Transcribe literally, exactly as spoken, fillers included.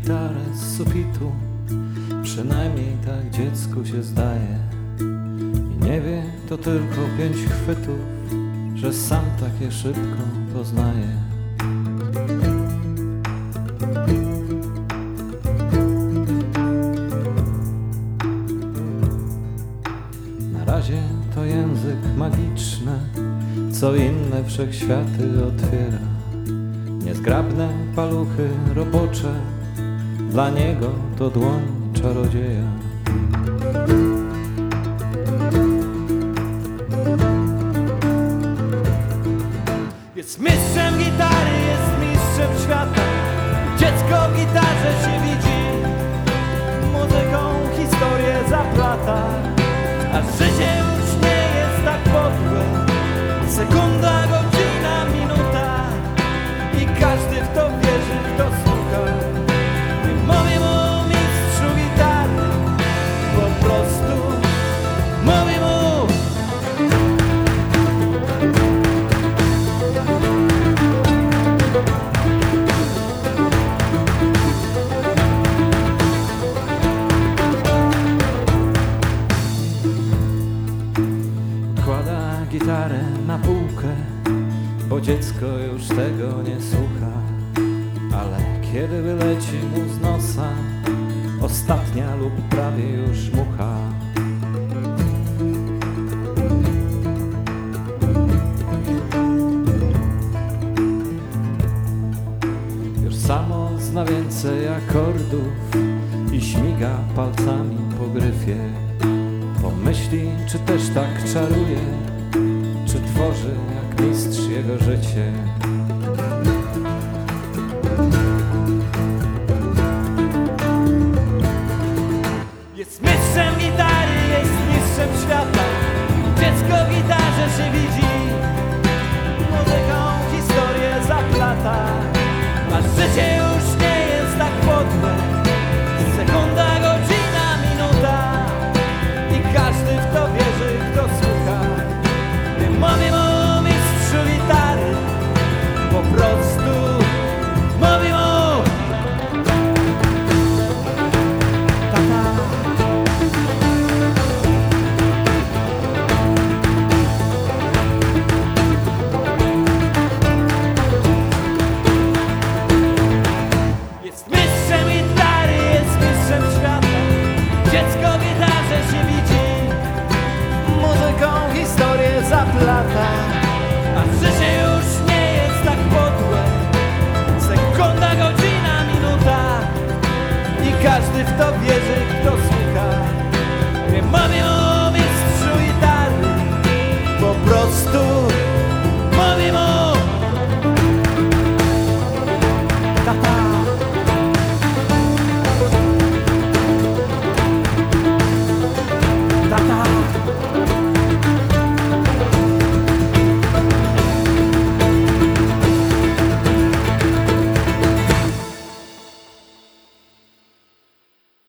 gitarę z sufitu, przynajmniej tak dziecku się zdaje. I nie wie, to tylko pięć chwytów, że sam takie szybko poznaje. Na razie to język magiczny, co inne wszechświaty otwiera. Niezgrabne paluchy robocze, dla niego to dłoń czarodzieja. Jest mistrzem gitary, jest mistrzem świata. Dziecko w gitarze się widzi, muzyką historię zaplata. A życie już nie jest tak podłe, sekunda, godzina, minuta. I każdy w to wierzy, kto słucha. Nie mówię mu mistrzu gitary, po prostu mówię mu. Kłada gitarę na półkę, bo dziecko już tego nie słucha. Ale kiedy wyleci mu z nosa ostatnia lub prawie już mucha, już samo zna więcej akordów i śmiga palcami po gryfie. Pomyśli, czy też tak czaruje, czy tworzy jak mistrz jego życie. Jest mistrzem gitary, jest mistrzem świata. Dziecko w gitarze się widzi, muzyką historię zaplata. A życie już nie jest tak podłe, sekunda, godzina, minuta. I każdy w to wierzy, kto słucha. Nie mówię mu mistrzu gitary, po prostu mówię mu. Jest mistrzem gitary, jest mistrzem świata. Dziecko w gitarze się widzi, muzyką historię zaplata. A życie już nie jest tak podłe, sekunda, godzina, minuta. I każdy w to wie.